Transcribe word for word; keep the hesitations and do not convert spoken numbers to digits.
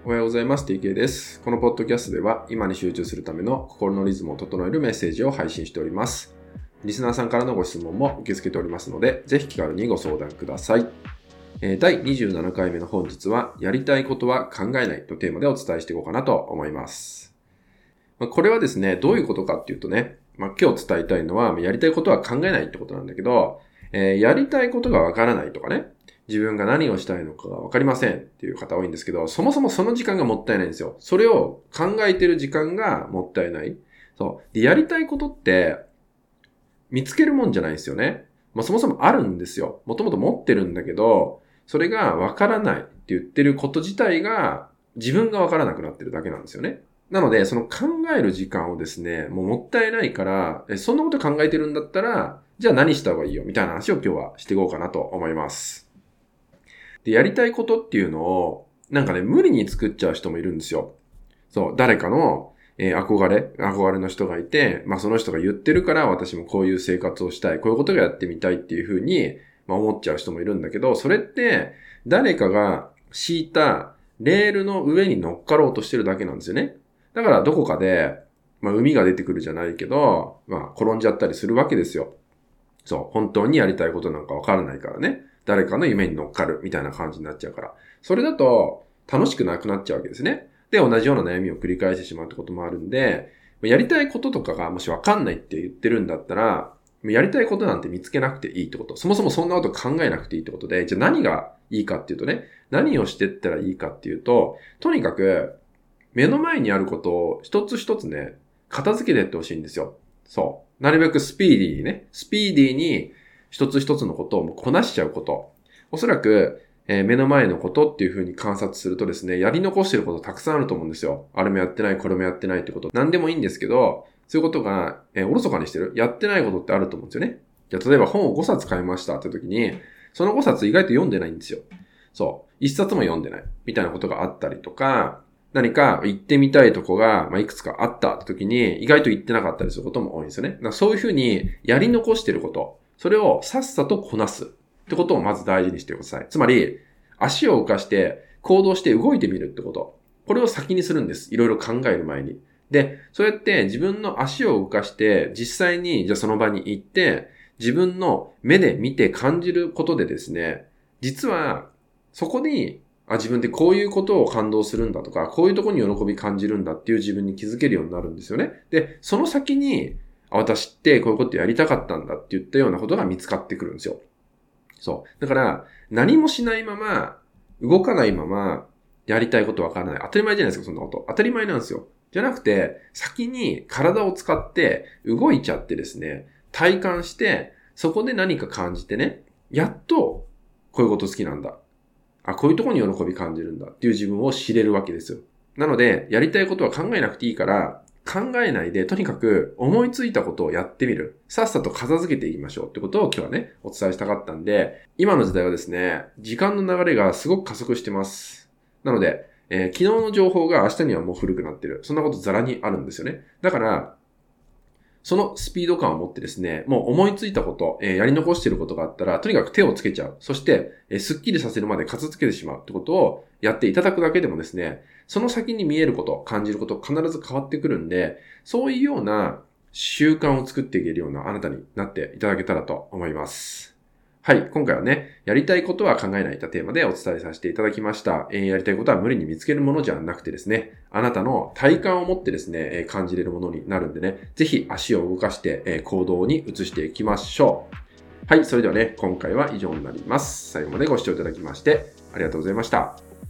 おはようございます。ティーケー です。このポッドキャストでは今に集中するための心のリズムを整えるメッセージを配信しております。リスナーさんからのご質問も受け付けておりますので、ぜひ気軽にご相談ください。だいにじゅうななかいめの本日は、やりたいことは考えないとテーマでお伝えしていこうかなと思います。これはですね、どういうことかっていうとね、まあ、今日伝えたいのは、やりたいことは考えないってことなんだけど、えー、やりたいことがわからないとかね、自分が何をしたいのかがわかりませんっていう方多いんですけど、そもそもその時間がもったいないんですよ。それを考えてる時間がもったいない。そう。で、やりたいことって見つけるもんじゃないですよね。まあ、そもそもあるんですよ。もともと持ってるんだけど、それがわからないって言ってること自体が自分がわからなくなってるだけなんですよね。なので、その考える時間をですね、もうもったいないから、えそんなこと考えてるんだったら、じゃあ何した方がいいよみたいな話を今日はしていこうかなと思います。で、やりたいことっていうのを、なんかね、無理に作っちゃう人もいるんですよ。そう、誰かの、えー、憧れ、憧れの人がいて、まあその人が言ってるから私もこういう生活をしたい、こういうことがやってみたいっていうふうに、まあ、思っちゃう人もいるんだけど、それって誰かが敷いたレールの上に乗っかろうとしてるだけなんですよね。だからどこかで、まあ海が出てくるじゃないけど、まあ転んじゃったりするわけですよ。そう、本当にやりたいことなんかわからないからね。誰かの夢に乗っかるみたいな感じになっちゃうから。それだと楽しくなくなっちゃうわけですね。で、同じような悩みを繰り返してしまうってこともあるんで、やりたいこととかがもしわかんないって言ってるんだったら、やりたいことなんて見つけなくていいってこと。そもそもそんなこと考えなくていいってことで、じゃあ何がいいかっていうとね、何をしていったらいいかっていうと、とにかく目の前にあることを一つ一つね、片付けていってほしいんですよ。そう。なるべくスピーディーにね、スピーディーに一つ一つのことをこなしちゃうこと。おそらく、えー、目の前のことっていう風に観察するとですね、やり残してることたくさんあると思うんですよ。あれもやってない、これもやってないってこと。何でもいいんですけど、そういうことが、えー、おろそかにしてる。やってないことってあると思うんですよね。じゃあ、例えば本をごさつ買いましたって時に、そのごさつ意外と読んでないんですよ。そう。いっさつも読んでない。みたいなことがあったりとか、何か行ってみたいとこが、まあ、いくつかあったって時に、意外と行ってなかったりすることも多いんですよね。だからそういうふうにやり残してること、それをさっさとこなすってことをまず大事にしてください。つまり、足を浮かして行動して動いてみるってこと。これを先にするんです。いろいろ考える前に。で、そうやって自分の足を動かして実際にじゃあその場に行って自分の目で見て感じることでですね、実はそこにあ自分ってこういうことを感動するんだとか、こういうところに喜び感じるんだっていう自分に気づけるようになるんですよね。で、その先にあ私ってこういうことやりたかったんだって言ったようなことが見つかってくるんですよ。そう。だから何もしないまま、動かないままやりたいことわからない。当たり前じゃないですか、そんなこと。当たり前なんですよ。じゃなくて、先に体を使って動いちゃってですね、体感して、そこで何か感じてね、やっとこういうこと好きなんだ。あ、こういうところに喜び感じるんだっていう自分を知れるわけですよ。なので、やりたいことは考えなくていいから、考えないで、とにかく思いついたことをやってみる。さっさと片付けていきましょうってことを今日はね、お伝えしたかったんで、今の時代はですね、時間の流れがすごく加速してます。なので、えー、昨日の情報が明日にはもう古くなってる。そんなことザラにあるんですよね。だから、そのスピード感を持ってですね、もう思いついたこと、えー、やり残していることがあったら、とにかく手をつけちゃう。そして、えー、スッキリさせるまで片付けてしまうってことをやっていただくだけでもですね、その先に見えること、感じること、必ず変わってくるんで、そういうような習慣を作っていけるようなあなたになっていただけたらと思います。はい。今回はね、やりたいことは考えないとテーマでお伝えさせていただきました。えー、やりたいことは無理に見つけるものじゃなくてですね、あなたの体感を持ってですね、えー、感じれるものになるんでね、ぜひ足を動かして、えー、行動に移していきましょう。はい。それではね、今回は以上になります。最後までご視聴いただきましてありがとうございました。